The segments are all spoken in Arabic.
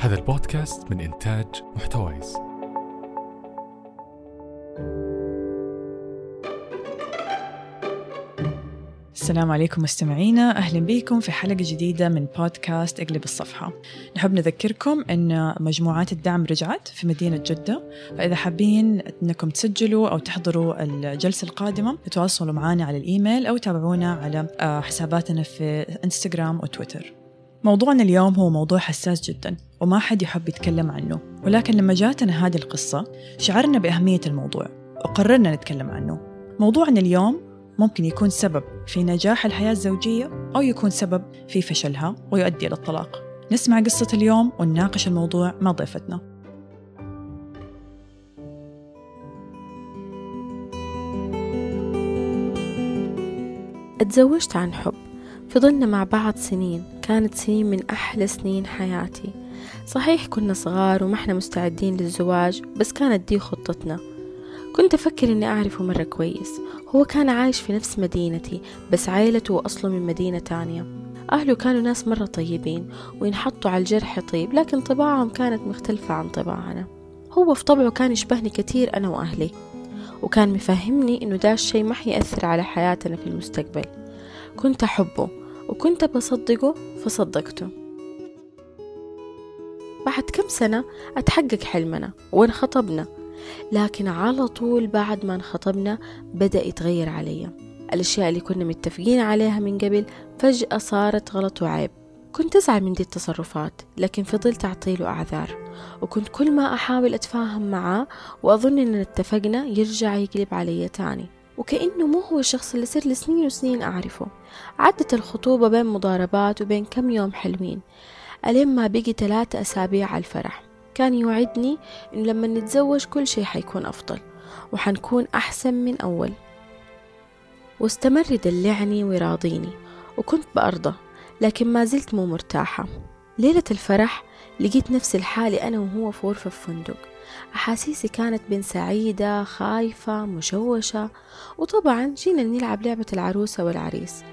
هذا البودكاست من إنتاج محتويس. السلام عليكم مستمعينا، أهلا بكم في حلقة جديدة من بودكاست اقلب الصفحة. نحب نذكركم أن مجموعات الدعم رجعت في مدينة جدة، فإذا حابين أنكم تسجلوا أو تحضروا الجلسة القادمة تتواصلوا معنا على الإيميل أو تابعونا على حساباتنا في إنستغرام وتويتر. موضوعنا اليوم هو موضوع حساس جدا وما حد يحب يتكلم عنه، ولكن لما جاتنا هذه القصة شعرنا بأهمية الموضوع وقررنا نتكلم عنه. موضوعنا اليوم ممكن يكون سبب في نجاح الحياة الزوجية أو يكون سبب في فشلها ويؤدي إلى الطلاق. نسمع قصة اليوم ونناقش الموضوع مع ضيفتنا. اتزوجت عن حب، فضلنا مع بعض سنين، كانت سنين من أحلى سنين حياتي. صحيح كنا صغار وما احنا مستعدين للزواج، بس كانت دي خطتنا. كنت أفكر إني أعرفه مرة كويس. هو كان عايش في نفس مدينتي، بس عائلته وأصله من مدينة تانية. أهله كانوا ناس مرة طيبين وينحطوا على الجرح طيب، لكن طباعهم كانت مختلفة عن طباعنا. هو في طبعه كان يشبهني كتير أنا وأهلي، وكان مفهمني إنه دا الشي ما حيأثر على حياتنا في المستقبل. كنت أحبه وكنت بصدقه، فصدقته. بعد كم سنة أتحقق حلمنا وانخطبنا، لكن على طول بعد ما انخطبنا بدأ يتغير علي. الأشياء اللي كنا متفقين عليها من قبل فجأة صارت غلط وعيب. كنت أزعل من دي التصرفات، لكن فضلت أعطيله أعذار، وكنت كل ما أحاول أتفاهم معاه وأظن إننا اتفقنا يرجع يقلب علي تاني، وكأنه مو هو الشخص اللي صار لسنين وسنين أعرفه. عدت الخطوبة بين مضاربات وبين كم يوم حلوين، ألين ما بقي 3 أسابيع على الفرح. كان يوعدني إنه لما نتزوج كل شيء حيكون أفضل وحنكون أحسن من أول، واستمر يدلعني ويراضيني، وكنت بأرضى، لكن ما زلت مو مرتاحة. ليلة الفرح لقيت نفس الحالة أنا وهو في غرفة فندق. أحاسيسي كانت بين سعيدة، خايفة، مشوشة، وطبعا جينا نلعب لعبة العروسة والعريس.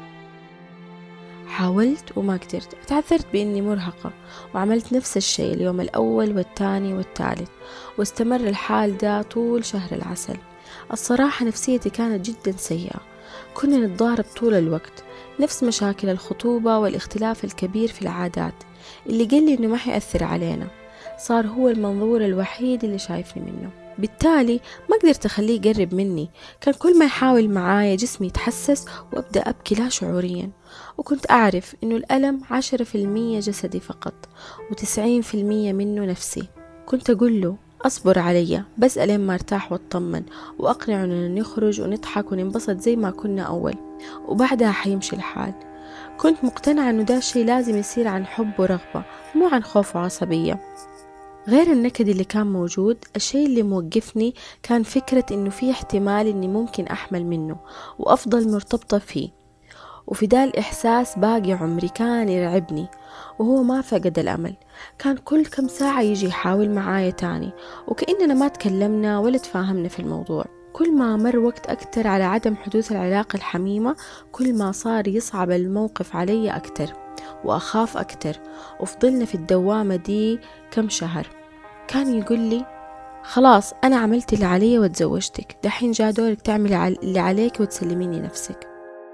حاولت وما قدرت، اتعذرت بإني مرهقة، وعملت نفس الشيء اليوم الأول والثاني والثالث، واستمر الحال ده طول شهر العسل. الصراحة نفسيتي كانت جدا سيئة، كنا نتضارب طول الوقت، نفس مشاكل الخطوبة والاختلاف الكبير في العادات اللي قال لي إنه ما حيأثر علينا. صار هو المنظور الوحيد اللي شايفني منه، بالتالي ما قدرت أخليه يقرب مني. كان كل ما يحاول معايا جسمي يتحسس وأبدأ أبكي لا شعوريا، وكنت أعرف إنه الألم 10% جسدي فقط و90% منه نفسي. كنت أقول له أصبر علي بس ألين ما ارتاح واطمن، وأقنعه إننا نخرج ونضحك وننبسط زي ما كنا أول، وبعدها حيمشي الحال. كنت مقتنعة إنه ده الشيء لازم يصير عن حب ورغبة، مو عن خوف وعصبية. غير النكد اللي كان موجود، الشيء اللي موقفني كان فكرة إنه في احتمال إني ممكن أحمل منه وأفضل مرتبطة فيه، وفي ده الإحساس باقي عمري كان يرعبني. وهو ما فقد الأمل، كان كل كم ساعة يجي يحاول معايا تاني، وكأننا ما تكلمنا ولا تفاهمنا في الموضوع. كل ما مر وقت أكتر على عدم حدوث العلاقة الحميمة، كل ما صار يصعب الموقف علي أكتر وأخاف أكتر، وفضلنا في الدوامة دي كم شهر. كان يقول لي خلاص أنا عملت اللي علي وتزوجتك، دحين جاء دورك تعملي اللي عليك وتسلميني نفسك.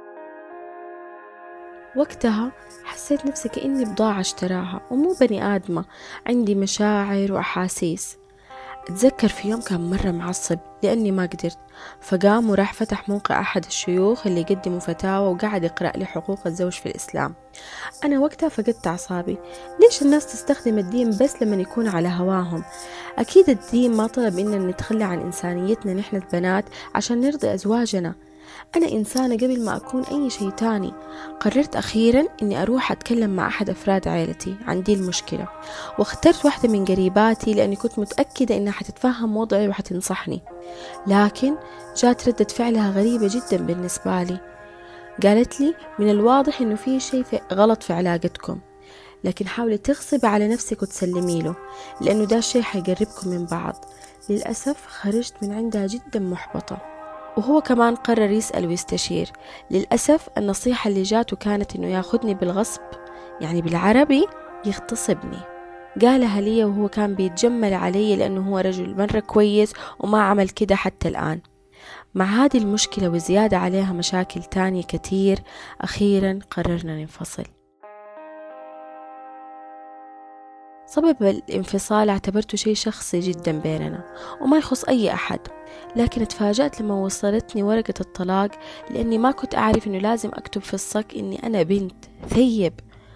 وقتها حسيت نفسي كأني بضاعة اشتراها ومو بني آدمة، عندي مشاعر وأحاسيس. أتذكر في يوم كان مرة معصب لأني ما قدرت، فقام وراح فتح موقع أحد الشيوخ اللي يقدموا فتاوى وقعد يقرأ لي حقوق الزوج في الإسلام. أنا وقتها فقدت أعصابي. ليش الناس تستخدم الدين بس لما يكون على هواهم؟ أكيد الدين ما طلب إننا نتخلى عن إنسانيتنا نحن البنات عشان نرضي أزواجنا. أنا إنسانة قبل ما أكون أي شيء تاني. قررت أخيرا أني أروح أتكلم مع أحد أفراد عائلتي عن دي المشكلة، واخترت واحدة من قريباتي لأني كنت متأكدة أنها حتتفهم وضعي وحتنصحني. لكن جات ردة فعلها غريبة جدا بالنسبة لي. قالت لي من الواضح أنه في شيء غلط في علاقتكم، لكن حاولي تغصبي على نفسك وتسلمي له، لأنه ده الشيء حيقربكم من بعض. للأسف خرجت من عندها جدا محبطة، وهو كمان قرر يسأل ويستشير. للأسف النصيحة اللي جاته كانت إنه ياخدني بالغصب، يعني بالعربي يغتصبني. قالها لي وهو كان بيتجمل علي لأنه هو رجل مرة كويس وما عمل كده حتى الآن. مع هذه المشكلة وزيادة عليها مشاكل تانية كتير، أخيرا قررنا ننفصل. سبب الانفصال اعتبرته شيء شخصي جدا بيننا وما يخص أي أحد، لكن تفاجأت لما وصلتني ورقة الطلاق، لأني ما كنت أعرف أنه لازم أكتب في الصك أني أنا بنت ثيب.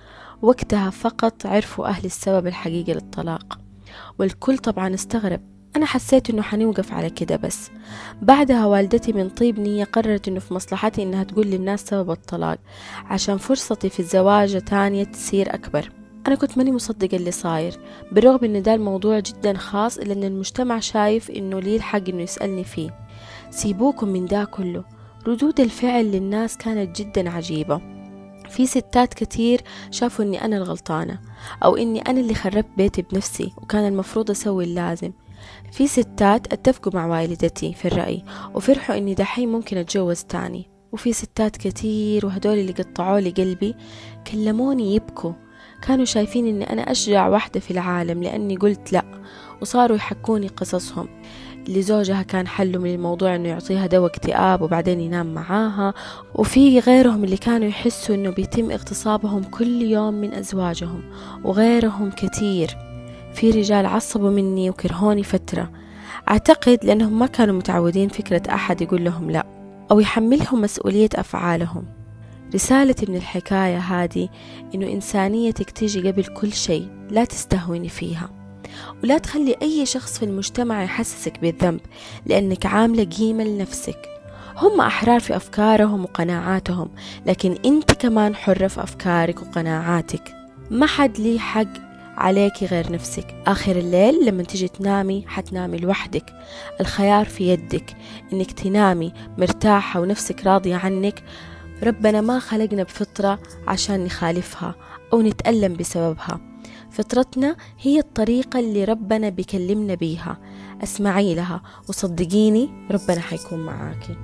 وقتها فقط عرفوا أهل السبب الحقيقي للطلاق، والكل طبعا استغرب. أنا حسيت أنه حنوقف على كده، بس بعدها والدتي من طيب نية قررت أنه في مصلحتي أنها تقول للناس سبب الطلاق عشان فرصتي في الزواج تانية تصير أكبر. أنا كنت ماني مصدقة اللي صاير، بالرغم أن ده الموضوع جدا خاص، إلا أن المجتمع شايف أنه لي الحق أنه يسألني فيه. سيبوكم من ده كله، ردود الفعل للناس كانت جدا عجيبة. في ستات كتير شافوا أني أنا الغلطانة، أو أني أنا اللي خربت بيتي بنفسي وكان المفروض أسوي اللازم. في ستات اتفقوا مع والدتي في الرأي وفرحوا أني دحين ممكن أتجوز تاني. وفي ستات كتير، وهدول اللي قطعوا لي قلبي، كلموني يبكوا، كانوا شايفين أني أنا أشجع واحدة في العالم لأني قلت لأ، وصاروا يحكوني قصصهم. اللي زوجها كان حله من الموضوع أنه يعطيها دواء اكتئاب وبعدين ينام معاها، وفي غيرهم اللي كانوا يحسوا أنه بيتم اغتصابهم كل يوم من أزواجهم، وغيرهم كتير. في رجال عصبوا مني وكرهوني فترة، أعتقد لأنهم ما كانوا متعودين فكرة أحد يقول لهم لا أو يحملهم مسؤولية أفعالهم. رسالتي من الحكاية هذه إنه إنسانيتك تيجي قبل كل شيء، لا تستهوني فيها، ولا تخلي أي شخص في المجتمع يحسسك بالذنب لأنك عاملة قيمة لنفسك. هم أحرار في أفكارهم وقناعاتهم، لكن أنت كمان حرة في أفكارك وقناعاتك. ما حد ليه حق عليك غير نفسك. آخر الليل لما تيجي تنامي حتنامي لوحدك، الخيار في يدك إنك تنامي مرتاحة ونفسك راضية عنك. ربنا ما خلقنا بفطرة عشان نخالفها أو نتألم بسببها. فطرتنا هي الطريقة اللي ربنا بيكلمنا بيها، اسمعي لها وصدقيني ربنا حيكون معاكي.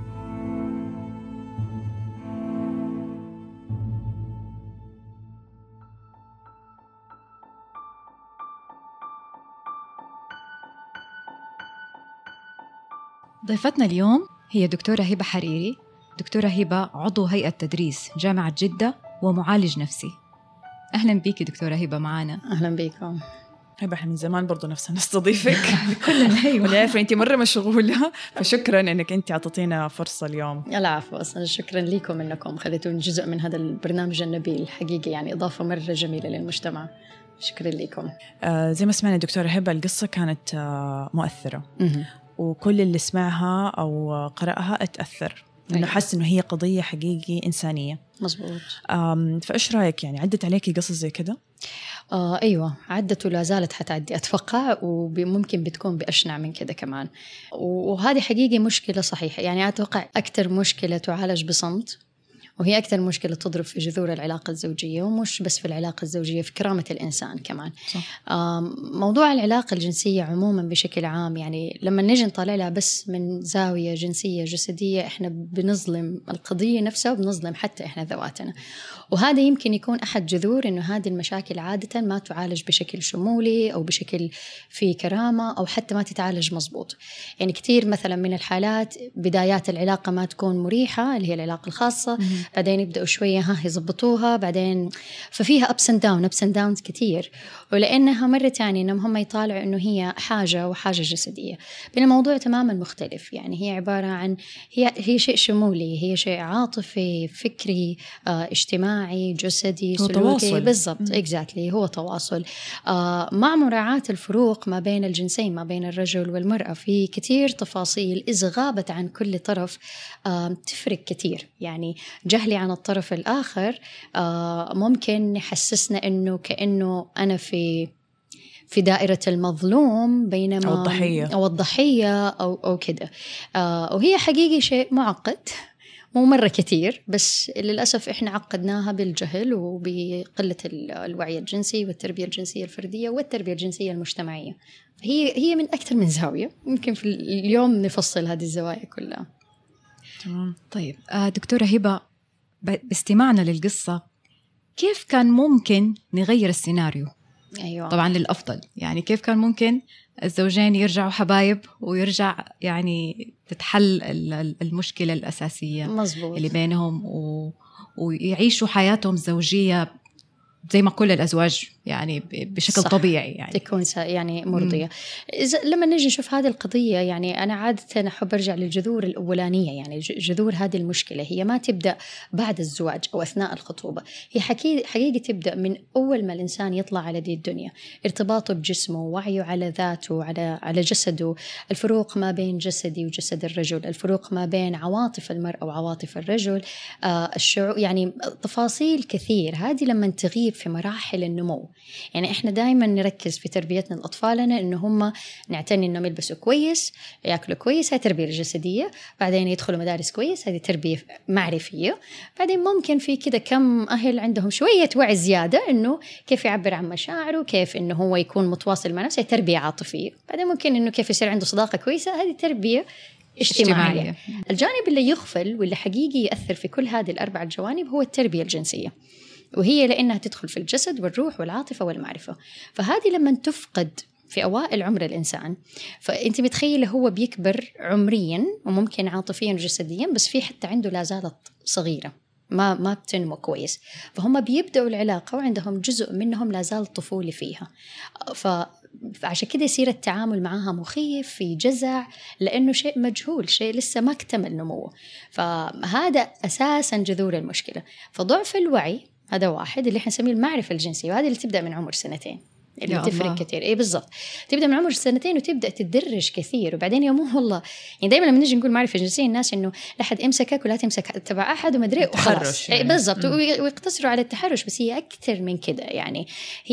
ضيفتنا اليوم هي دكتورة هبة حريري. دكتورة هبة عضو هيئة تدريس جامعة جدة ومعالج نفسي. أهلا بيكي دكتورة هبة معنا. أهلا بيكم هبة. احنا من زمان برضو نفسنا نستضيفك كلنا. أيوة، ولا عارفة أنت مرة مشغولة، فشكرا أنك أنت عطتينا فرصة اليوم. العفو، أصلا شكرا لكم أنكم خليتوني جزء من هذا البرنامج النبيل، حقيقي يعني إضافة مرة جميلة للمجتمع. شكرا لكم. زي ما سمعنا دكتورة هبة، القصة كانت مؤثرة وكل اللي سمعها أو قرأها اتأثر، إنه حس إنه هي قضية حقيقي إنسانية. مزبوط. فإيش رأيك، يعني عدت عليكي قصص زي كده؟ أيوة عدت ولا زالت حتعدي أتوقع، وممكن بتكون بأشنع من كده كمان. وهذه حقيقي مشكلة صحيحة، يعني أتوقع أكتر مشكلة تعالج بصمت، وهي أكثر مشكلة تضرب في جذور العلاقة الزوجية، ومش بس في العلاقة الزوجية، في كرامة الإنسان كمان. موضوع العلاقة الجنسية عموما بشكل عام، يعني لما نيجي نطالع لها بس من زاوية جنسية جسدية، إحنا بنظلم القضية نفسها وبنظلم حتى إحنا ذواتنا. وهذا يمكن يكون أحد جذور إنه هذه المشاكل عادة ما تعالج بشكل شمولي أو بشكل في كرامة، أو حتى ما تتعالج مزبوط. يعني كتير مثلا من الحالات بدايات العلاقة ما تكون مريحة، اللي هي العلاقة الخاصة، بعدين يبدأوا شوية يزبطوها، بعدين ففيها ups and downs كتير. ولأنها مرة تانية إنهم هم يطالعوا إنه هي حاجة وحاجة جسدية، بين الموضوع تماما مختلف. يعني هي عبارة عن هي شيء شمولي، هي شيء عاطفي، فكري، اجتماعي، جسدي، سلوكي. بالضبط exactly، هو تواصل مع مراعاة الفروق ما بين الجنسين، ما بين الرجل والمرأة. في كتير تفاصيل إذا غابت عن كل طرف تفرق كتير. يعني جهلي عن الطرف الآخر ممكن يحسسنا إنه كأنه أنا في دائرة المظلوم، بينما أو الضحية أو كده. وهي حقيقي شيء معقد ومرة كتير، بس للأسف إحنا عقدناها بالجهل وبقلة الوعي الجنسي والتربية الجنسية الفردية والتربية الجنسية المجتمعية. هي من أكثر من زاوية، ممكن في اليوم نفصل هذه الزوايا كلها. تمام. طيب دكتورة هبة، باستماعنا للقصة كيف كان ممكن نغير السيناريو؟ أيوة. طبعا للأفضل. يعني كيف كان ممكن الزوجين يرجعوا حبايب ويرجع يعني تتحل المشكلة الأساسية مزبوط. اللي بينهم ويعيشوا حياتهم الزوجية زي ما كل الأزواج يعني بشكل صح. طبيعي يعني تكون يعني مرضية. لما نجي نشوف هذه القضية، يعني أنا عادة أحب أرجع للجذور الأولانية. يعني جذور هذه المشكلة هي ما تبدأ بعد الزواج أو أثناء الخطوبة، هي حقيقة تبدأ من أول ما الإنسان يطلع على دي الدنيا، ارتباطه بجسمه، وعيه على ذاته، على جسده، الفروق ما بين جسدي وجسد الرجل، الفروق ما بين عواطف المرأة وعواطف الرجل، الشعور، يعني تفاصيل كثير. هذه لما تغيب في مراحل النمو. يعني إحنا دائما نركز في تربيتنا لأطفالنا إنه هم نعتني إنهم يلبسوا كويس، يأكلوا كويس، هاي تربية جسدية. بعدين يدخلوا مدارس كويس، هذه تربية معرفية. بعدين ممكن في كده كم أهل عندهم شوية وعي زيادة إنه كيف يعبر عن مشاعره، كيف إنه هو يكون متواصل مع نفسه، تربية عاطفية. بعدين ممكن إنه كيف يصير عنده صداقة كويسة، هذه تربية اجتماعية. الجانب اللي يغفل واللي حقيقي يأثر في كل هذه الأربع الجوانب هو التربية الجنسية، وهي لأنها تدخل في الجسد والروح والعاطفة والمعرفة. فهذه لما تفقد في أوائل عمر الإنسان، فأنت متخيلة هو بيكبر عمريا وممكن عاطفيا وجسديا، بس في حتى عنده لا زالت صغيرة ما بتنمو كويس. فهم بيبدأوا العلاقة وعندهم جزء منهم لا زال طفولي فيها، فعشان كده يصير التعامل معها مخيف، في جزع، لأنه شيء مجهول، شيء لسه ما اكتمل نموه. فهذا أساسا جذور المشكلة. فضعف الوعي هذا واحد اللي حنسميه المعرفة الجنسية، وهذه اللي تبدأ من عمر 2 اللي تفرق كثير. إيه بالضبط، تبدأ من عمر 2 وتبدأ تدرج كثير. وبعدين يوم والله يعني دايما لما نيجي نقول معرفة جنسية الناس إنه لا حد امسكك ولا تمسك تبع أحد وما أدري وخلاص. يعني. إيه بالضبط، ويقتصروا على التحرش، بس هي أكثر من كده. يعني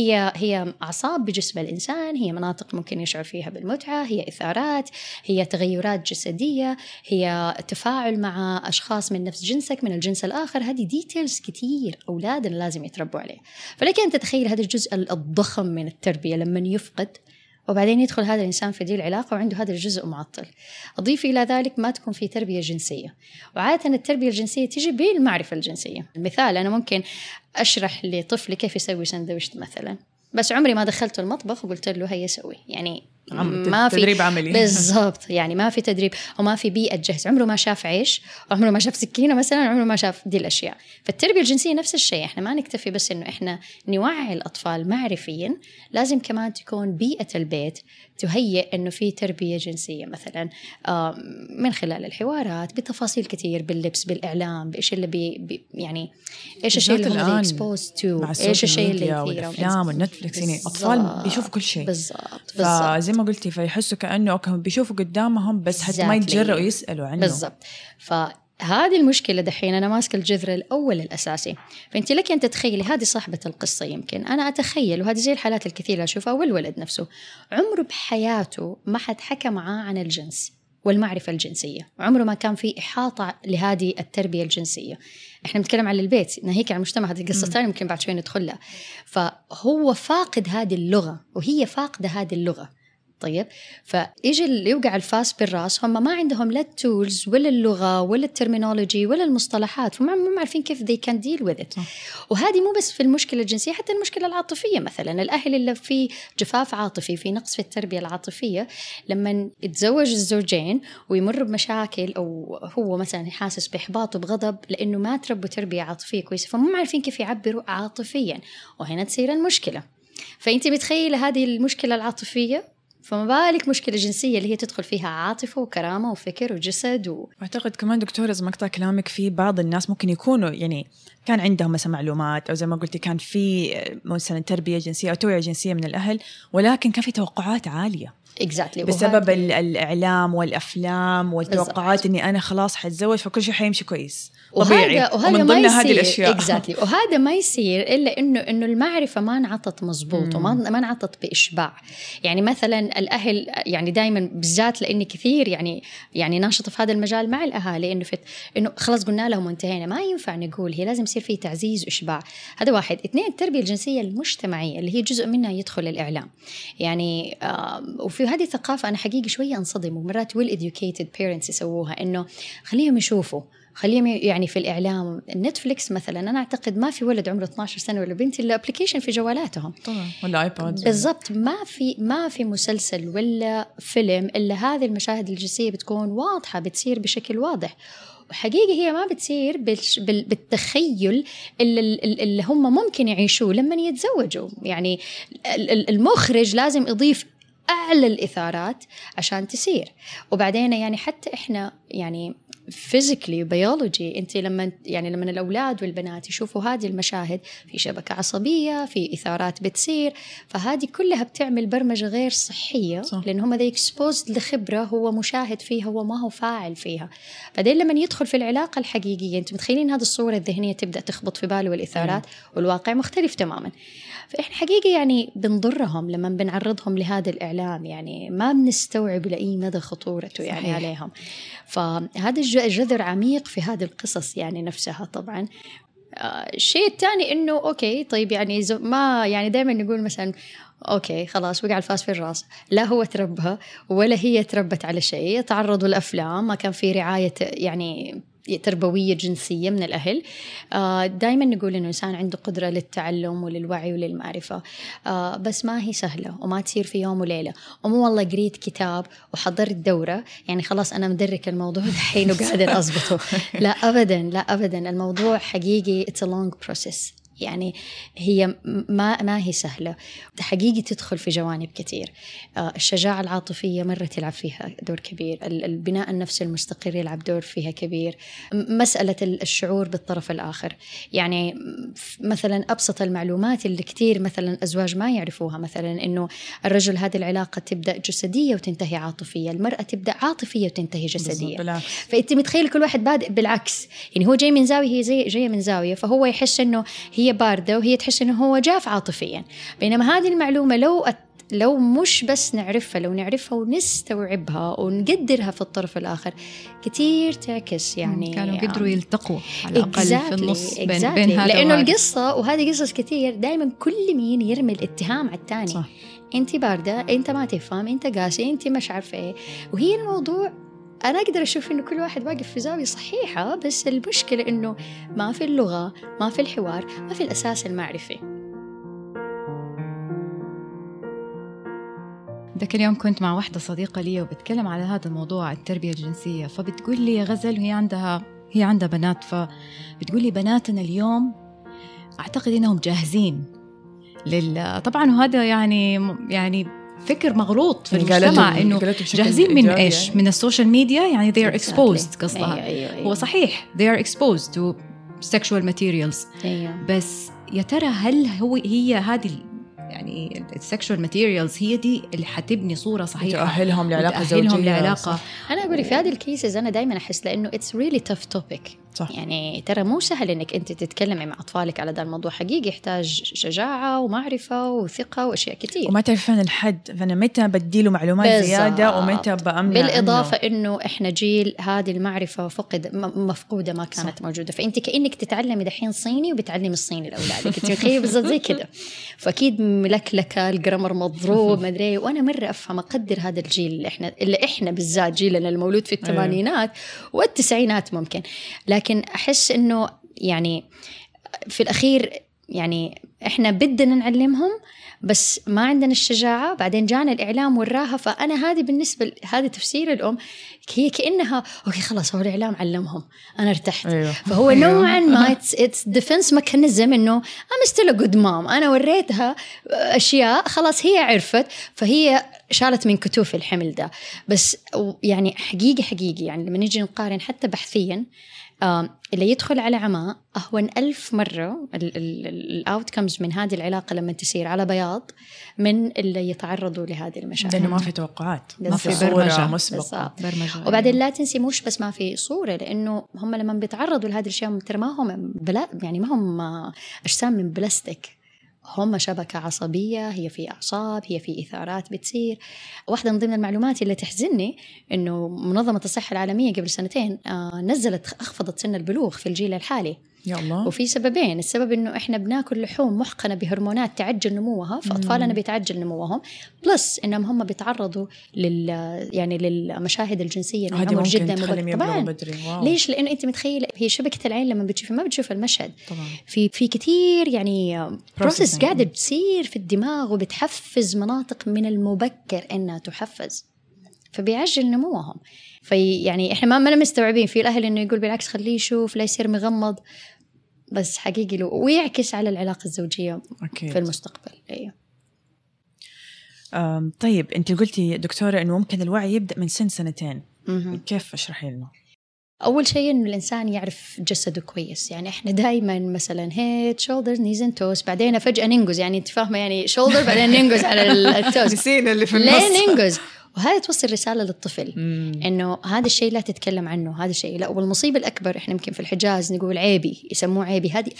هي أعصاب بجسم الإنسان، هي مناطق ممكن يشعر فيها بالمتعة، هي إثارات، هي تغيرات جسدية، هي تفاعل مع أشخاص من نفس جنسك من الجنس الآخر. هذه ديتيلز كتير أولادنا لازم يتربوا عليه. فلكن أنت تتخيل هذا الجزء الضخم من التربية لما يفقد، وبعدين يدخل هذا الإنسان في دي العلاقة وعنده هذا الجزء معطل. أضيف إلى ذلك ما تكون في تربية جنسية، وعادة التربية الجنسية تيجي بالمعرفة الجنسية. المثال، أنا ممكن أشرح لطفلي كيف يسوي سندويشت مثلا، بس عمري ما دخلته المطبخ وقلت له هيا سوي. يعني ما في تدريب عملي. بالضبط، يعني ما في تدريب وما في بيئة جهز. عمره ما شاف عيش، وعمره ما شاف سكينة مثلا، عمره ما شاف دي الأشياء. فالتربية الجنسية نفس الشيء. إحنا ما نكتفي بس إنه إحنا نوعي الأطفال معرفيا، لازم كمان تكون بيئة البيت تهيئ إنه في تربية جنسية مثلا من خلال الحوارات بتفاصيل كتير، باللبس، بالإعلام، بإيش اللي يعني إيش الشيء اللي هم exposed to، إيش الشيء اللي والأفلام والنتفليكس. يعني أطفال بيشوفوا كل شيء. بالضبط. زي ما قلتي، فيحسوا كأنه هم بيشوفوا قدامهم بس حتى ما يتجرؤوا يسألوا عنه. بالضبط. فهذه المشكلة دحين أنا ماسك الجذر الأول الأساسي. فأنت لك أن تتخيلي هذه صاحبة القصة، يمكن أنا أتخيل، وهذه زي الحالات الكثيرة أشوفها، والولد نفسه عمره بحياته ما حد حكى معاه عن الجنس والمعرفة الجنسية، عمره ما كان في إحاطة لهذه التربية الجنسية. إحنا نتكلم عن البيت، ناهيك عن المجتمع، هذه قصة ثانية ممكن بعد شوي ندخلها. فهو فاقد هذه اللغة وهي فاقدة هذه اللغة. طيب، فإيجي اللي يوقع الفاس بالراس، هم ما عندهم لا التولز ولا اللغة ولا الترمينولوجي ولا المصطلحات، فما عارفين كيف they can deal with it. وهذه مو بس في المشكلة الجنسية، حتى المشكلة العاطفية. مثلا الأهل اللي في جفاف عاطفي، في نقص في التربية العاطفية، لما يتزوج الزوجين ويمر بمشاكل، أو هو مثلا حاسس بإحباط وبغضب لأنه ما تربوا تربية عاطفية كويسة، فما عارفين كيف يعبروا عاطفيا، وهنا تصير المشكلة. فأنت بتخيل هذه المشكلة العاطفية، فما بالك مشكلة جنسية اللي هي تدخل فيها عاطفة وكرامة وفكر وجسد أعتقد كمان دكتورة، إذا مقطع كلامك، في بعض الناس ممكن يكونوا يعني كان عندهم مثلا معلومات، أو زي ما قلتي كان في مثلا تربية جنسية أو توعية جنسية من الأهل، ولكن كان في توقعات عالية بسبب الإعلام والأفلام والتوقعات إني أنا خلاص حتزوج فكل شيء حيمشي كويس طبيعي، ومن ضمن هذه الأشياء وهذا ما يصير إلا إنه المعرفة ما انعطت مزبوط وما انعطت بإشباع. يعني مثلا الأهل، يعني دائما بالذات لأني كثير يعني ناشطة في هذا المجال مع الأهالي، إنه خلاص قلنا لهم وانتهينا، ما ينفع نقول، هي لازم يصير فيه تعزيز وإشباع. هذا واحد. 2، التربية الجنسية المجتمعية اللي هي جزء منها يدخل الإعلام. يعني وفي هذه الثقافة أنا حقيقي شوية أنصدم، ومرات well educated parents يسووها، إنه خليهم يشوفوا خليهم يعني في الإعلام. نتفليكس مثلا أنا أعتقد ما في ولد عمره 12 سنة ولا بنت إلا أبليكيشن في جوالاتهم طبعا، ولا آيباد. بالضبط. ما في مسلسل ولا فيلم إلا هذه المشاهد الجنسية بتكون واضحة، بتصير بشكل واضح. وحقيقة هي ما بتصير بالتخيل اللي هم ممكن يعيشوه لما يتزوجوا. يعني المخرج لازم يضيف أعلى الإثارات عشان تصير. وبعدين يعني حتى إحنا يعني فيزيكلي بيولوجي، أنت لما الأولاد والبنات يشوفوا هذه المشاهد في شبكة عصبية، في إثارات بتصير، فهذه كلها بتعمل برمجة غير صحية. صح. لأن هم ذي exposed لخبرة هو مشاهد فيها وما هو فاعل فيها. بعدين لما يدخل في العلاقة الحقيقية أنت متخيلين هذه الصورة الذهنية تبدأ تخبط في باله والإثارات والواقع مختلف تماما. فإحنا حقيقة يعني بنضرهم لما بنعرضهم لهذا الإعلام، يعني ما بنستوعب لأي مدى خطورته يعني. صحيح. عليهم. فهذا جذر عميق في هذه القصص يعني نفسها. طبعا الشيء الثاني إنه أوكي طيب يعني ما يعني دائما نقول مثلا أوكي خلاص وقع الفاس في الرأس، لا هو تربها ولا هي تربت على شيء، تعرضوا الأفلام، ما كان في رعاية يعني تربوية جنسية من الأهل. دائما نقول إنه الإنسان عنده قدرة للتعلم وللوعي وللمعرفة، بس ما هي سهلة وما تصير في يوم وليلة. ومو والله قريت كتاب وحضرت دورة يعني خلاص أنا مدرك الموضوع الحين وقاعدة أضبطه. لا أبدا، لا أبدا. الموضوع حقيقي it's a long process. يعني هي ما هي سهلة حقيقي، تدخل في جوانب كتير. الشجاعة العاطفية مرة تلعب فيها دور كبير، البناء النفسي المستقر يلعب دور فيها كبير، مسألة الشعور بالطرف الآخر. يعني مثلا أبسط المعلومات اللي كتير مثلا أزواج ما يعرفوها، مثلا إنه الرجل هذه العلاقة تبدأ جسدية وتنتهي عاطفية، المرأة تبدأ عاطفية وتنتهي جسدية. فأنت متخيل كل واحد بادئ بالعكس، يعني هو جاي من زاوية هي جاية من زاوية، فهو يحس إنه هي باردة وهي تحس إنه هو جاف عاطفيا. بينما هذه المعلومة لو مش بس نعرفها، لو نعرفها ونستوعبها ونقدرها في الطرف الآخر كتير تعكس يعني. كانوا قدروا يلتقوا على الأقل في النص بين هذا لأنه القصة وهذه قصص كتير دائما كل مين يرمي الاتهام على الثاني. صح. أنت باردة، أنت ما تفهم، أنت قاسي، أنت مش عارفة إيه. وهي الموضوع أنا أقدر أشوف إنه كل واحد واقف في زاوية صحيحة، بس المشكلة إنه ما في اللغة، ما في الحوار، ما في الأساس المعرفي. ذاك اليوم كنت مع واحدة صديقة لي وبتكلم على هذا الموضوع التربية الجنسية، فبتقول لي يا غزل هي عندها بنات، فبتقول لي بناتنا اليوم أعتقد إنهم جاهزين طبعا. وهذا يعني فكر مغلوط في المجتمع، إنه جاهزين من إيش؟ من السوشيال ميديا، يعني they are exposed قصدها. أيوة. هو صحيح they are exposed to sexual materials. أيوة. بس يا ترى هل هي هذه يعني السكشوال ماتيريالز هي دي اللي حتبني صورة صحيحة تأهلهم لعلاقة زوجية؟ أنا أقول في هذه الكيسز أنا دايما أحس لأنه it's really tough topic. صح. يعني ترى مو سهل إنك أنت تتكلمي مع أطفالك على هذا الموضوع، حقيقي يحتاج شجاعة ومعرفة وثقة وأشياء كتير، وما تعرفين الحد، فأنا متى بديله معلومات زيادة ومتى بأمنع. بالإضافة إنه إحنا جيل هذه المعرفة مفقودة، ما كانت. صح. موجودة. فأنت كأنك تتعلمي دحين صيني وبتعلمي الصيني لأولادك. أنت متخيل بالضبط زي كده. فأكيد ملكلكة، الجرامر مضروب، ما أدري. وأنا مرة أفهم أقدر هذا الجيل اللي إحنا بالذات جيلنا المولود في الثمانينات والتسعينات ممكن، لكن أحس إنه يعني في الأخير يعني إحنا بدنا نعلمهم بس ما عندنا الشجاعة. بعدين جانا الإعلام وراها. فأنا هذه بالنسبة هذه تفسير الأم، هي كأنها أوكي خلاص هو الإعلام علمهم أنا ارتحت. أيوه. فهو نوعا ما it's defense mechanism، إنه I'm still a good mom، أنا وريتها أشياء خلاص هي عرفت، فهي شالت من كتوف الحمل ده. بس يعني حقيقي يعني لما نيجي نقارن حتى بحثيا، اللي يدخل على عماء أهون 1000 مرة الأوتكمز من هذه العلاقة لما تسير على بياض من اللي يتعرضوا لهذه المشاكل، لأنه ما في توقعات، ما في صورة مسبقة. وبعدين لا تنسي مش بس ما في صورة، لأنه هم لما بيتعرضوا لهذه الأشياء ترى ما هم يعني ما هم أجسام من بلاستيك، هم شبكة عصبية، هي في أعصاب، هي في إثارات بتصير. واحدة من ضمن المعلومات اللي تحزني إنه منظمة الصحة العالمية قبل 2 سنين نزلت أخفضت سن البلوغ في الجيل الحالي. يا الله. وفي سببين. السبب إنه إحنا بناكل لحوم محقنة بهرمونات تعجل نموها، فأطفالنا بيتعجل نموهم، بلس إنهم هم بيتعرضوا يعني للمشاهد الجنسية من عمر جدا مبكر. طبعا ليش؟ لأنه أنت متخيل هي شبكة العين لما بتشوف ما بتشوف المشهد طبعا. في كتير يعني بروسيس قاعدة بتصير في الدماغ وبتحفز مناطق من المبكر إنها تحفز، فبيعجل نموهم. يعني إحنا ما مستوعبين في الأهل إنه يقول بالعكس خليه يشوف لا يصير مغمض، بس حقيقي له ويعكس على العلاقة الزوجية أكيد. في المستقبل. أيوه. طيب أنت قلتي دكتورة إنه ممكن الوعي يبدأ من سنتين. كيف أشرحي لنا؟ أول شيء إنه الإنسان يعرف جسده كويس. يعني إحنا دائما مثلا head shoulders knees and toes، بعدين فجأة ننجز، يعني أنت فاهمة يعني shoulder بعدين ننجز على التوز نسينا اللي في النص ليه ننجز. وهذا توصل رسالة للطفل إنه هذا الشيء لا تتكلم عنه، هذا الشيء لا. والمصيبة الأكبر إحنا يمكن في الحجاز نقول عيبي، يسموه عيبي. هذه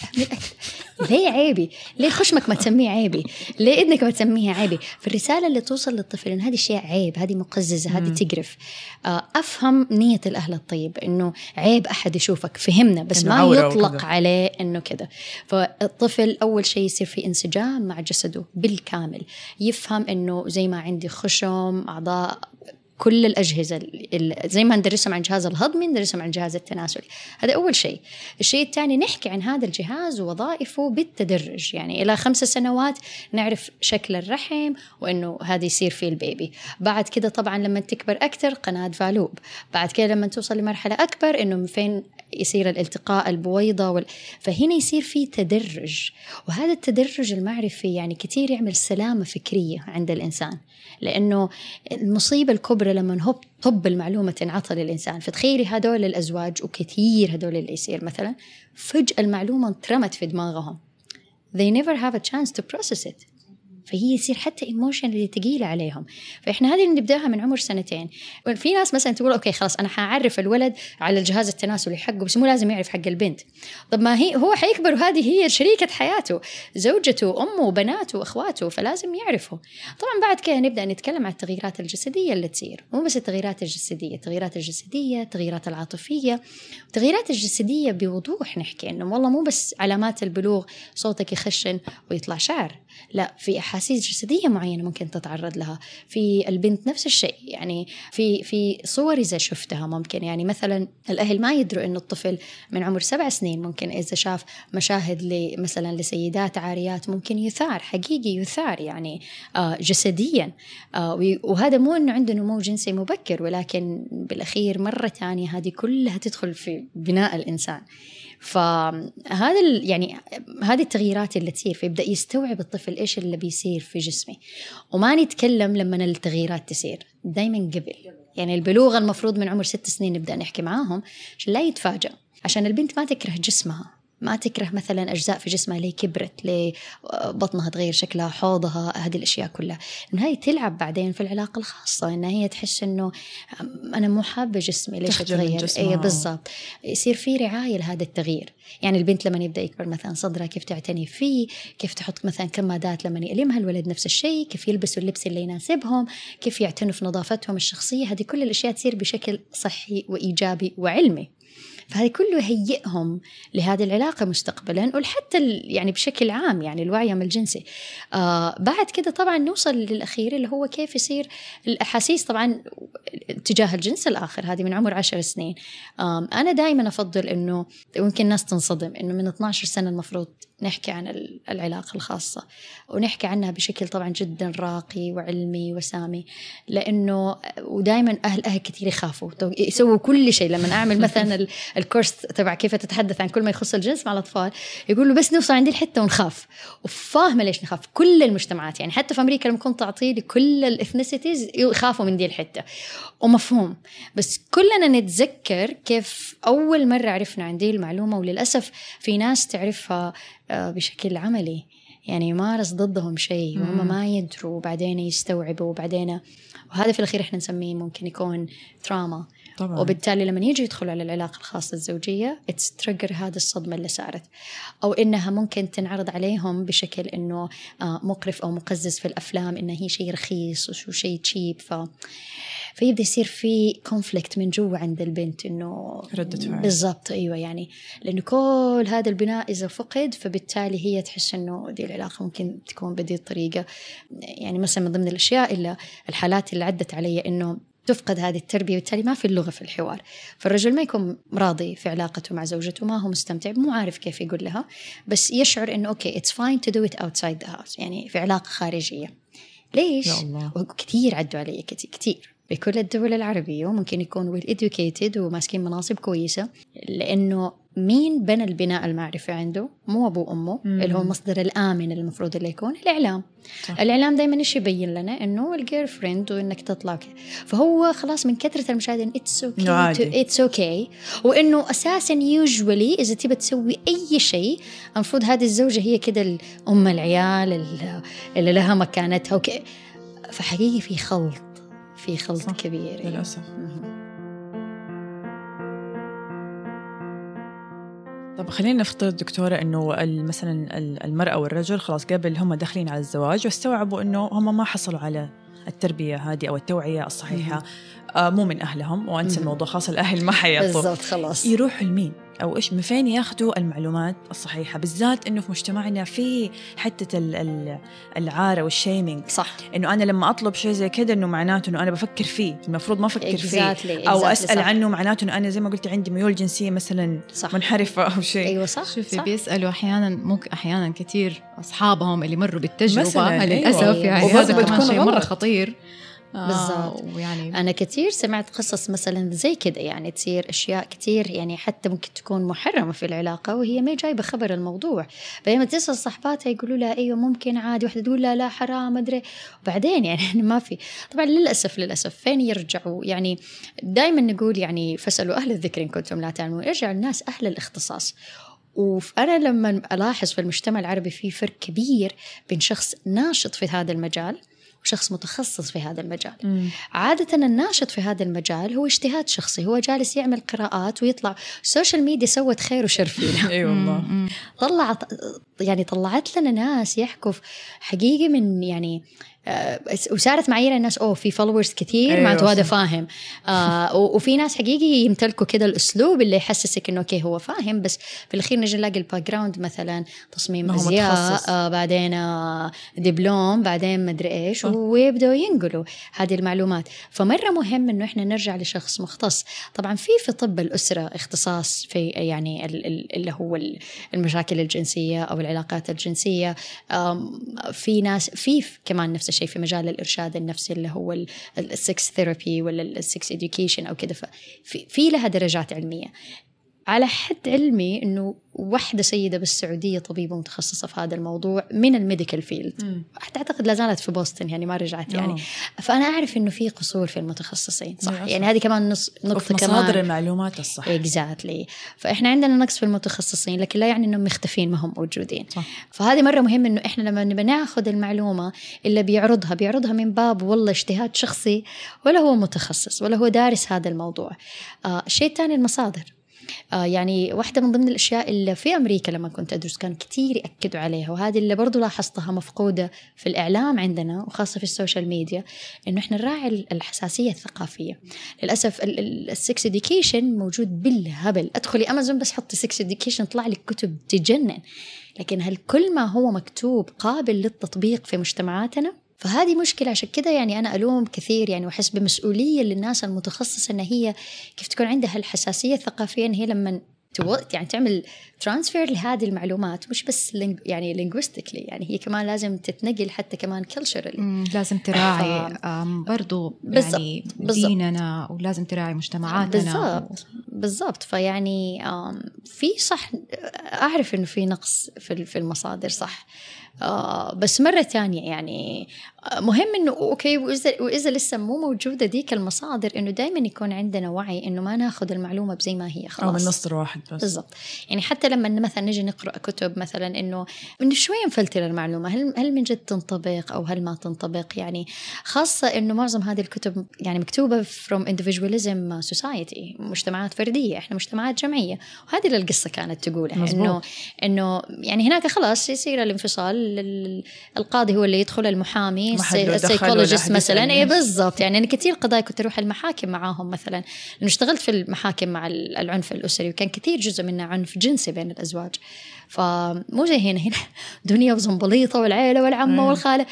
ليه عيبي؟ ليه خشمك ما تسميه عيبي؟ ليه إذنك ما تسميها عيبي؟ فالرسالة اللي توصل للطفل إن هذا الشيء عيب، هذه مقززة، هذه تقرف. أفهم نية الأهل الطيب إنه عيب أحد يشوفك، فهمنا، بس ما يطلق عليه إنه كذا. فالطفل أول شيء يصير في انسجام مع جسده بالكامل، يفهم إنه زي ما عندي خشم، أعضاء، كل الأجهزة زي ما ندرسهم عن الجهاز الهضمي ندرسهم عن الجهاز التناسلي. هذا أول شيء. الشيء الثاني نحكي عن هذا الجهاز ووظائفه بالتدرج، يعني إلى 5 سنوات نعرف شكل الرحم وإنه هذا يصير فيه البيبي. بعد كده طبعا لما تكبر أكثر قناة فالوب، بعد كده لما توصل لمرحلة أكبر إنه من فين يصير الالتقاء البويضة فهنا يصير فيه تدرج. وهذا التدرج المعرفي يعني كتير يعمل سلامة فكرية عند الإنسان، لأنه المصيبة الكبرى لما طب المعلومة تنعطى للإنسان. فتخيلي هدول الأزواج وكتير هدول اللي يصير مثلا فجأة المعلومة ترمت في دماغهم، they never have a chance to process it، فهي يصير حتى emotion اللي تقيلة عليهم. فإحنا هذه اللي نبدأها من عمر 2. في ناس مثلا تقول أوكي خلاص أنا حأعرف الولد على الجهاز التناسلي حقه، بس مو لازم يعرف حق البنت. طب ما هو حيكبر وهذه هي شريكة حياته، زوجته، أمه وبناته وأخواته، فلازم يعرفه. طبعا بعد كده نبدأ نتكلم عن التغييرات الجسدية اللي تصير، مو بس التغييرات الجسدية، التغييرات العاطفية. التغييرات الجسدية بوضوح نحكي إنه والله مو بس علامات البلوغ صوتك يخشن ويطلع شعر، لا، في أحاسيس جسدية معينة ممكن تتعرض لها. في البنت نفس الشيء، يعني في صور إذا شفتها ممكن، يعني مثلا الأهل ما يدروا إنه الطفل من عمر 7 سنين ممكن إذا شاف مشاهد مثلا لسيدات عاريات ممكن يثار، حقيقي يثار يعني جسديا. وهذا مو إنه عنده نمو جنسي مبكر، ولكن بالأخير مرة تانية هذه كلها تدخل في بناء الإنسان. فهذا يعني هذه التغييرات اللي تصير، فيبدأ يستوعب الطفل إيش اللي بيصير في جسمي. وما نتكلم لما التغييرات تصير، دايما قبل، يعني البلوغ المفروض من عمر 6 سنين نبدأ نحكي معاهم عشان لا يتفاجأ، عشان البنت ما تكره جسمها، ما تكره مثلا أجزاء في جسمها ليه كبرت، ليه بطنها تغير شكلها، حوضها، هذه الأشياء كلها، إنها هي تلعب بعدين في العلاقة الخاصة، إنها هي تحس إنه أنا مو حابة جسمي ليش أتغير. إيه بالضبط، يصير في رعاية لهذا التغيير. يعني البنت لما يبدأ يكبر مثلا صدرها كيف تعتني فيه، كيف تحط مثلا كمادات لما يألمها، الولد نفس الشيء، كيف يلبسوا اللبس اللي يناسبهم، كيف يعتنوا في نظافتهم الشخصية. هذه كل الأشياء تصير بشكل صحي وإيجابي وعلمي. فهذا كله يهيئهم لهذه العلاقة مستقبلا، وحتى يعني بشكل عام يعني الوعي الجنسي. بعد كده طبعا نوصل للأخير اللي هو كيف يصير الأحاسيس طبعا تجاه الجنس الآخر، هذه من عمر 10 سنين. أنا دائما أفضل إنه يمكن الناس تنصدم إنه من 12 سنة المفروض نحكي عن العلاقة الخاصة، ونحكي عنها بشكل طبعا جدا راقي وعلمي وسامي، لأنه ودائما أهل كتير يخافوا يسووا كل شيء. لما أعمل مثلا الكورس تبع كيف تتحدث عن كل ما يخص الجنس مع الأطفال، يقولوا بس نوصل عند الحتة ونخاف، وفاهمة ليش نخاف. كل المجتمعات يعني حتى في أمريكا لما كنت أعطي لكل الإثنيسيتيز يخافوا من دي الحتة، ومفهوم. بس كلنا نتذكر كيف أول مرة عرفنا عن دي المعلومة، وللأسف في ناس تعرفها بشكل عملي، يعني يمارس ضدهم شيء وهم ما يدروا، وبعدين يستوعبوا، وبعدين وهذا في الأخير إحنا نسميه ممكن يكون تراما طبعا. وبالتالي لما يجي يدخلوا على العلاقة الخاصة الزوجية تريجر هذا الصدمة اللي صارت، أو إنها ممكن تنعرض عليهم بشكل إنه مقرف أو مقزز في الأفلام، إنه هي شيء رخيص وشيء تشيب، فيبدأ يصير في كونفليكت من جوا عند البنت إنه ردة فعل. بالضبط، أيوة، يعني لأنه كل هذا البناء إذا فقد فبالتالي هي تحس إنه دي العلاقة ممكن تكون بدي الطريقة. يعني مثلا من ضمن الأشياء إلا الحالات اللي عدت علي إنه تفقد هذه التربية، بالتالي ما في اللغة في الحوار، فالرجل ما يكون راضي في علاقته مع زوجته، ما هو مستمتع، مو عارف كيف يقول لها، بس يشعر إنه أوكي it's fine to do it outside the house، يعني في علاقة خارجية. ليش؟ وكثير عدوا علي كثير بكل الدول العربية، وممكن يكون well educated وماسكين مناصب كويسة، لأنه مين بنى البناء المعرفي عنده؟ مو أبو أمه اللي هو المصدر الآمن المفروض اللي يكون الإعلام. صح. الإعلام دايما إيش يبين لنا؟ إنه الجير فريند وإنك تطلع فهو خلاص من كثرة المشاهدين it's okay وإنه أساسا usually إذا تبى تسوي أي شيء المفروض هذه الزوجة هي كده أم العيال اللي لها مكانتها فحقيقي في خلط صح. كبير للأسف. طب خلينا نفترض دكتورة إنه مثلا المرأة والرجل خلاص قبل هم داخلين على الزواج واستوعبوا إنه هم ما حصلوا على التربية هذه أو التوعية الصحيحة، مو من أهلهم، وأنسى الموضوع خاص الأهل ما حيطوا بالضبط، خلاص يروحوا لمين أو إيش من فين ياخدوا المعلومات الصحيحة، بالذات إنه في مجتمعنا في حتة العارة والشيمينج. صح. إنه أنا لما أطلب شيء زي كده إنه معناته إنه أنا بفكر فيه، المفروض ما أفكر فيه أو أسأل عنه، معناته إنه أنا زي ما قلت عندي ميول جنسية مثلا صح. منحرفة أو شيء. أيوة صح. شوفي بيسألوا أحيانا كثير أصحابهم اللي مروا بالتجربة للأسف. أيوة. يعني هذا كمان شيء مرة خطير. بالضبط. يعني أنا كتير سمعت قصص مثلا زي كده، يعني تصير أشياء كتير يعني حتى ممكن تكون محرمة في العلاقة وهي ما جايبة خبر الموضوع، بينما تسأل صحباتها يقولوا لها أيوة ممكن عادي، واحدة تقول لا حرام أدري، وبعدين يعني ما في. طبعا للأسف فين يرجعوا؟ يعني دايما نقول يعني فاسألوا أهل الذكر إن كنتم لا تعلمون، ارجعوا الناس أهل الاختصاص. وأنا لما ألاحظ في المجتمع العربي في فرق كبير بين شخص ناشط في هذا المجال وشخص متخصص في هذا المجال. عادة الناشط في هذا المجال هو اجتهاد شخصي، هو جالس يعمل قراءات ويطلع السوشيال ميديا سوت خير وشر فينا. أي والله. طلعت لنا ناس يحكوا حقيقي من يعني وصارت معايير الناس في فولورز كثير معناته هذا فاهم، وفي ناس حقيقي يمتلكوا كده الأسلوب اللي يحسسك إنه أوكي هو فاهم، بس في الأخير نجي نلاقي الباك جراوند مثلا تصميم أزياء، بعدين دبلوم، بعدين مدري إيش، ويبدأوا ينقلوا هذه المعلومات. فمرة مهم إنه إحنا نرجع لشخص مختص. طبعا في طب الأسرة اختصاص في يعني اللي هو المشاكل الجنسية أو العلاقات الجنسية، في ناس في كمان نفس الشيء في مجال الإرشاد النفسي اللي هو السكس ثيرابي ولا السكس إديوكيشن أو كده، في لها درجات علمية. على حد علمي إنه واحدة سيدة بالسعودية طبيبة متخصصة في هذا الموضوع من الميديكال فيلد، حتى أعتقد لا زالت في بوسطن يعني ما رجعت يعني. فأنا أعرف إنه في قصور في المتخصصين، صح يعني هذه كمان نقطة كمان مصادر المعلومات الصح. exactly. فإحنا عندنا نقص في المتخصصين، لكن لا يعني إنهم مختفين ما هم موجودين. فهذه مرة مهم إنه إحنا لما نبي ناخذ المعلومة اللي بيعرضها من باب والله اجتهاد شخصي، ولا هو متخصص ولا هو دارس هذا الموضوع. الشيء الثاني المصادر. يعني واحدة من ضمن الأشياء اللي في أمريكا لما كنت أدرس كان كتير يأكدوا عليها، وهذه اللي برضو لاحظتها مفقودة في الإعلام عندنا وخاصة في السوشيال ميديا، إنه إحنا نراعي الحساسية الثقافية. للأسف السكس إديوكيشن موجود بالهبل، أدخلي أمازون بس حطي سكس إديوكيشن طلع لك كتب تجنن، لكن هل كل ما هو مكتوب قابل للتطبيق في مجتمعاتنا؟ فهذه مشكلة. عشان كده يعني أنا ألوم كثير يعني وأحس بمسؤولية للناس المتخصصة إن هي كيف تكون عندها الحساسية الثقافية، إن هي لما يعني تعمل ترانسفير لهذه المعلومات مش بس يعني linguistically، يعني هي كمان لازم تتنقل حتى كمان culturally. لازم تراعي برضو يعني ديننا، ولازم تراعي مجتمعاتنا. بالضبط. فيعني في صح أعرف إنه في نقص في المصادر، صح، بس مرة تانية يعني مهم إنه أوكي، وإذا لسه مو موجودة ديك المصادر، إنه دايما يكون عندنا وعي إنه ما ناخذ المعلومة بزي ما هي خلاص، أو من مصدر واحد بس. بالضبط. يعني حتى لما مثلا نجي نقرأ كتب مثلا إنه شوي نفلتر المعلومة، هل من جد تنطبق أو هل ما تنطبق. يعني خاصة إنه معظم هذه الكتب يعني مكتوبة from individualism society، مجتمعات فردية، إحنا مجتمعات جمعية، وهذه القصة كانت تقول إنه يعني هناك خلاص يصير الانفصال، القاضي هو اللي يدخل، المحامي، السايكولوجيست مثلا. اي بالضبط. يعني انا كثير قضايا كنت اروح المحاكم معاهم مثلا، لانه اشتغلت في المحاكم مع العنف الاسري، وكان كثير جزء منه عنف جنسي بين الازواج. فمو زي هنا دنيا وزنبليطه والعيله والعمه والخاله،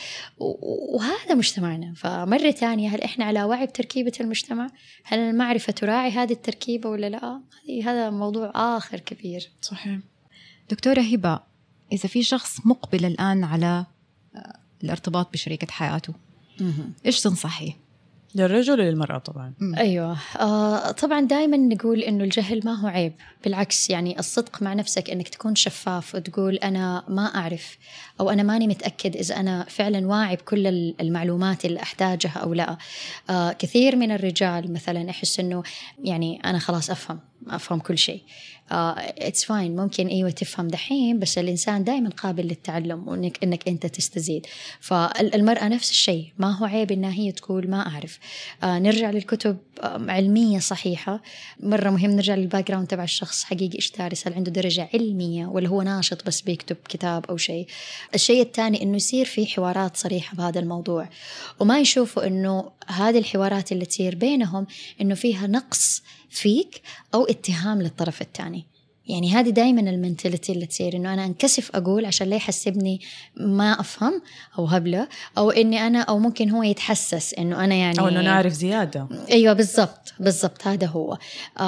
وهذا مجتمعنا. فمره ثانيه، هل احنا على وعي بتركيبه المجتمع؟ هل المعرفه تراعي هذه التركيبه ولا لا؟ هذا موضوع اخر كبير. صحيح. دكتورة هبة، إذا في شخص مقبل الآن على الارتباط بشريكة حياته، إيش تنصحيه؟ للرجل وللمرأة طبعا. أيوة. طبعا دايما نقول إنه الجهل ما هو عيب، بالعكس. يعني الصدق مع نفسك، إنك تكون شفاف وتقول أنا ما أعرف، أو أنا ماني متأكد إذا أنا فعلا واعي بكل المعلومات اللي أحتاجها أو لا. كثير من الرجال مثلا يحس إنه يعني أنا خلاص أفهم كل شيء. it's fine، ممكن أيوة تفهم دحين، بس الإنسان دائما قابل للتعلم، وإنك أنت تستزيد. فالمرأة نفس الشيء، ما هو عيب إنها هي تقول ما أعرف. نرجع للكتب علمية صحيحة، مرة مهم نرجع للباك جراوند تبع الشخص حقيقي، إيش دارس، هل عنده درجة علمية ولا هو ناشط بس بيكتب كتاب أو شيء. الشيء الثاني إنه يصير في حوارات صريحة بهذا الموضوع، وما يشوفوا إنه هذه الحوارات اللي تصير بينهم إنه فيها نقص فيك أو اتهام للطرف الثاني. يعني هذه دايما المنتاليتي اللي تصير، إنه أنا أنكسف أقول عشان لا يحسبني ما أفهم أو هبلة، أو إني أنا، أو ممكن هو يتحسس إنه أنا يعني، أو إنه نعرف زيادة. أيوة بالضبط هذا هو.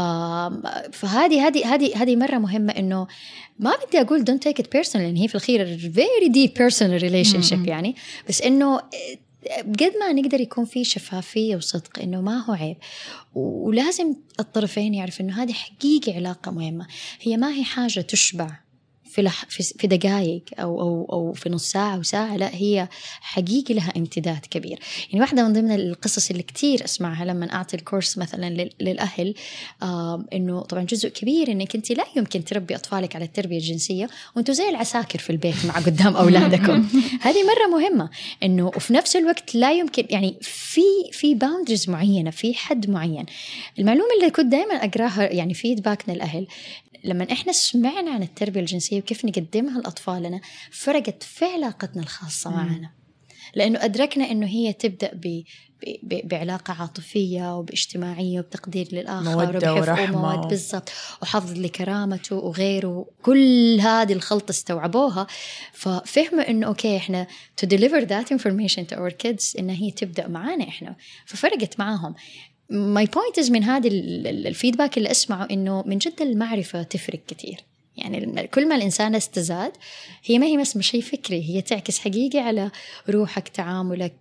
فهذه مرة مهمة، إنه ما بدي أقول don't take it personal، لأن هي في الأخير very deep personal relationship يعني، بس إنه بقد ما نقدر يكون في شفافية وصدق، إنه ما هو عيب. ولازم الطرفين يعرف إنه هذه حقيقة علاقة مهمة، هي ما هي حاجة تشبع في دقائق أو في نص ساعة أو ساعة، لا، هي حقيقي لها امتداد كبير. يعني واحدة من ضمن القصص اللي كتير أسمعها لما أعطي الكورس مثلا للأهل، إنه طبعا جزء كبير إنك أنت لا يمكن تربي أطفالك على التربية الجنسية وأنتوا زي العساكر في البيت مع قدام أولادكم. هذه مرة مهمة، إنه وفي نفس الوقت لا يمكن، يعني في باوندرز معينة، في حد معين. المعلومة اللي كنت دائما أقراها يعني فيدباك من الأهل، لما إحنا سمعنا عن التربية الجنسية وكيف نقدمها لأطفالنا، فرقت في علاقتنا الخاصة معنا، لأنه أدركنا إنه هي تبدأ بعلاقة عاطفية وباجتماعية وبتقدير للآخر وبحفظ بالضبط، وحفظ لكرامته وغيره. كل هذه الخلطة استوعبوها، ففهموا إنه أوكي إحنا to deliver that information to our kids، إنه هي تبدأ معانا إحنا، ففرقت معاهم. my point is من هذا الفيدباك اللي أسمعه، إنه من جد المعرفة تفرق كتير. يعني كل ما الإنسان استزاد، هي ما هي بس شيء فكري، هي تعكس حقيقي على روحك، تعاملك،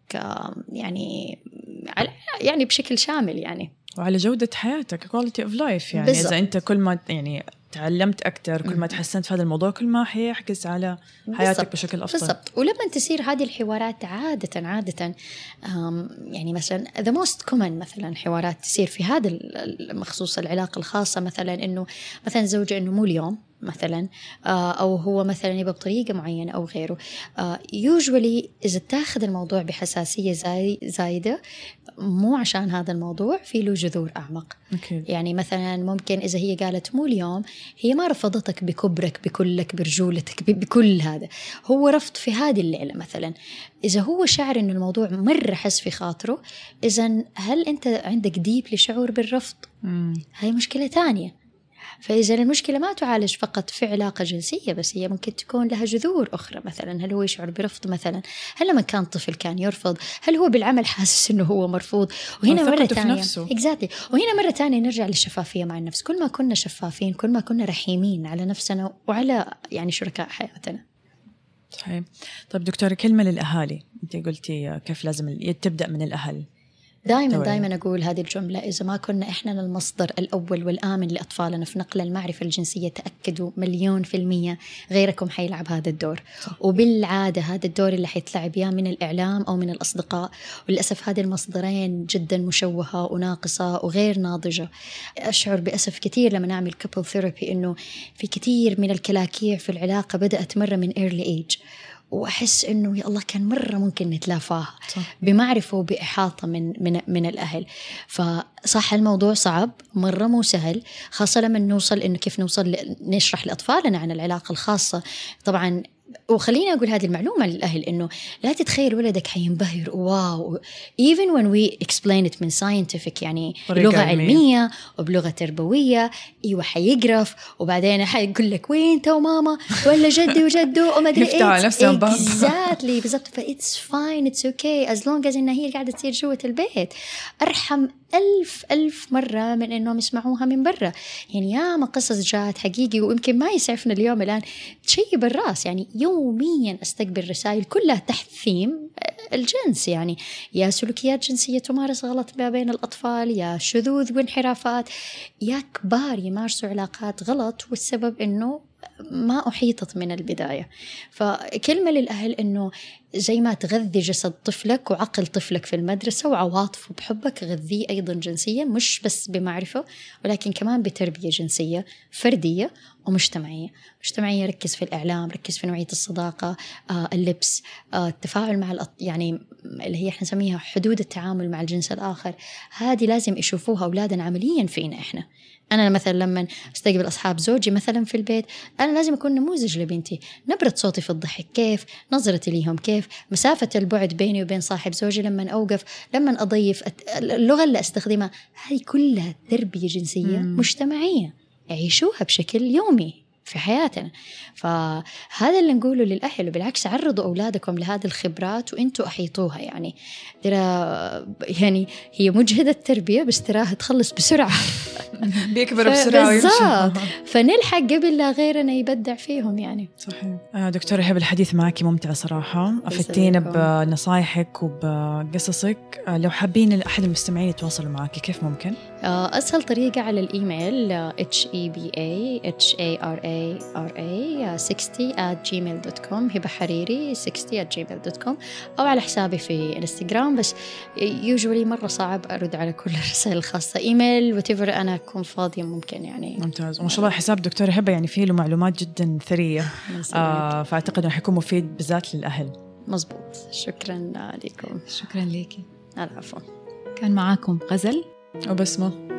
يعني بشكل شامل يعني، وعلى جودة حياتك quality of life. يعني بالزبط. إذا أنت كل ما يعني تعلمت أكتر، كل ما تحسنت في هذا الموضوع، كل ما حيعكس على حياتك بالزبط. بشكل أفضل. بالضبط. ولما تصير هذه الحوارات عادة يعني مثلا the most common مثلا حوارات تصير في هذا المخصوص العلاقة الخاصة، مثلا إنه مثلا زوجة إنه مو اليوم مثلا، أو هو مثلا يبقى بطريقة معينة أو غيره. usually إذا تاخذ الموضوع بحساسية زايدة، مو عشان هذا الموضوع، في له جذور أعمق. يعني مثلا ممكن إذا هي قالت مو اليوم، هي ما رفضتك بكبرك، بكلك، برجولتك، بكل هذا، هو رفض في هذه الليلة مثلا. إذا هو شعر إنه الموضوع مرة حس في خاطره، إذن هل أنت عندك ديب لشعور بالرفض؟ هاي مشكلة تانية. فإذا المشكلة ما تعالج فقط في علاقة جنسية بس، هي ممكن تكون لها جذور أخرى. مثلا هل هو يشعر برفض مثلا؟ هل لما كان طفل كان يرفض؟ هل هو بالعمل حاسس إنه هو مرفوض؟ وهنا مرة تانية وهنا مرة تانية نرجع للشفافية مع النفس. كل ما كنا شفافين، كل ما كنا رحيمين على نفسنا وعلى يعني شركاء حياتنا. صحيح. طيب دكتورة، كلمة للأهالي، أنت قلتي كيف لازم تبدأ من الأهل. دائما أقول هذه الجملة، إذا ما كنا إحنا المصدر الأول والآمن لأطفالنا في نقل المعرفة الجنسية، تأكدوا 100% غيركم حيلعب هذا الدور. وبالعادة هذا الدور اللي حيتلعب يا من الإعلام أو من الأصدقاء، وللأسف هذه المصدرين جدا مشوهة وناقصة وغير ناضجة. أشعر بأسف كثير لما نعمل couple therapy إنه في كثير من الكلاكيع في العلاقة بدأت مرة من early age، وأحس إنه يا الله كان مرة ممكن نتلافاها بمعرفة وبإحاطة من الأهل. فصح الموضوع صعب مرة، مو سهل، خاصة لما نوصل إنه كيف نوصل نشرح لأطفالنا عن العلاقة الخاصة. طبعا وخليني أقول هذه المعلومة للأهل، إنه لا تتخيل ولدك حينبهر واو even when we explain it من scientific، يعني لغة علمية وبلغة تربوية. أيوة حيقرف وبعدين حيقول لك وين تو ماما ولا جدي وجدو وما أدري إيه exactly بالضبط. فإتس فاين إتس أوكي as long as إنها هي قاعدة تصير جوة البيت. أرحم ألف مرة من إنهم يسمعوها من برا. يعني ياما قصص جات حقيقي ويمكن ما يسعفنا اليوم الآن تشيب الرأس. يعني يوميا أستقبل رسائل كلها تحت ثيم الجنس، يعني يا سلوكيات جنسية تمارس غلط ما بين الأطفال، يا شذوذ وانحرافات، يا كبار يمارسوا علاقات غلط والسبب إنه ما أحيطت من البداية. فكلمة للأهل إنه زي ما تغذي جسد طفلك وعقل طفلك في المدرسة وعواطفه بحبك، غذيه أيضا جنسيا، مش بس بمعرفة ولكن كمان بتربية جنسية فردية ومجتمعية. مجتمعية ركز في الإعلام، ركز في نوعية الصداقة، اللبس، التفاعل مع يعني اللي هي احنا نسميها حدود التعامل مع الجنس الآخر. هذه لازم يشوفوها أولادنا عمليا فينا إحنا. أنا مثلا لما استقبل أصحاب زوجي مثلا في البيت، أنا لازم أكون نموذج لبنتي. نبرة صوتي في الضحك كيف، نظرتي ليهم كيف، مسافة البعد بيني وبين صاحب زوجي لما أوقف، لما أضيف، اللغة اللي أستخدمها، هذه كلها تربية جنسية مجتمعية يعيشوها بشكل يومي في حياتنا. فهذا اللي نقوله للأهل، وبالعكس عرضوا أولادكم لهذه الخبرات وإنتوا أحيطوها. يعني ترى يعني هي مجهدة التربية بس تراها تخلص بسرعة بيكبر بسرعة ويمشي. فنلحق قبل لا غيرنا يبدع فيهم يعني. صحيح. دكتورة هبة الحديث معك ممتع صراحة، أفدتينا بنصايحك وبقصصك. لو حابين أحد المستمعين يتواصلوا معك كيف ممكن؟ أسهل طريقة على الإيميل hebara60@gmail.com، هبة حريري 60@gmail.com، أو على حسابي في إنستغرام. بس usually مرة صعب أرد على كل الرسائل الخاصة. إيميل وتفر أنا أكون فاضية ممكن يعني. ممتاز. وما شاء الله حساب دكتورة هبة يعني فيه له معلومات جدا ثرية، فأعتقد أنه حيكون مفيد بالذات للأهل. مزبوط. شكرا لكم. شكرا ليكي. العفو. كان معاكم غزل وبسمة.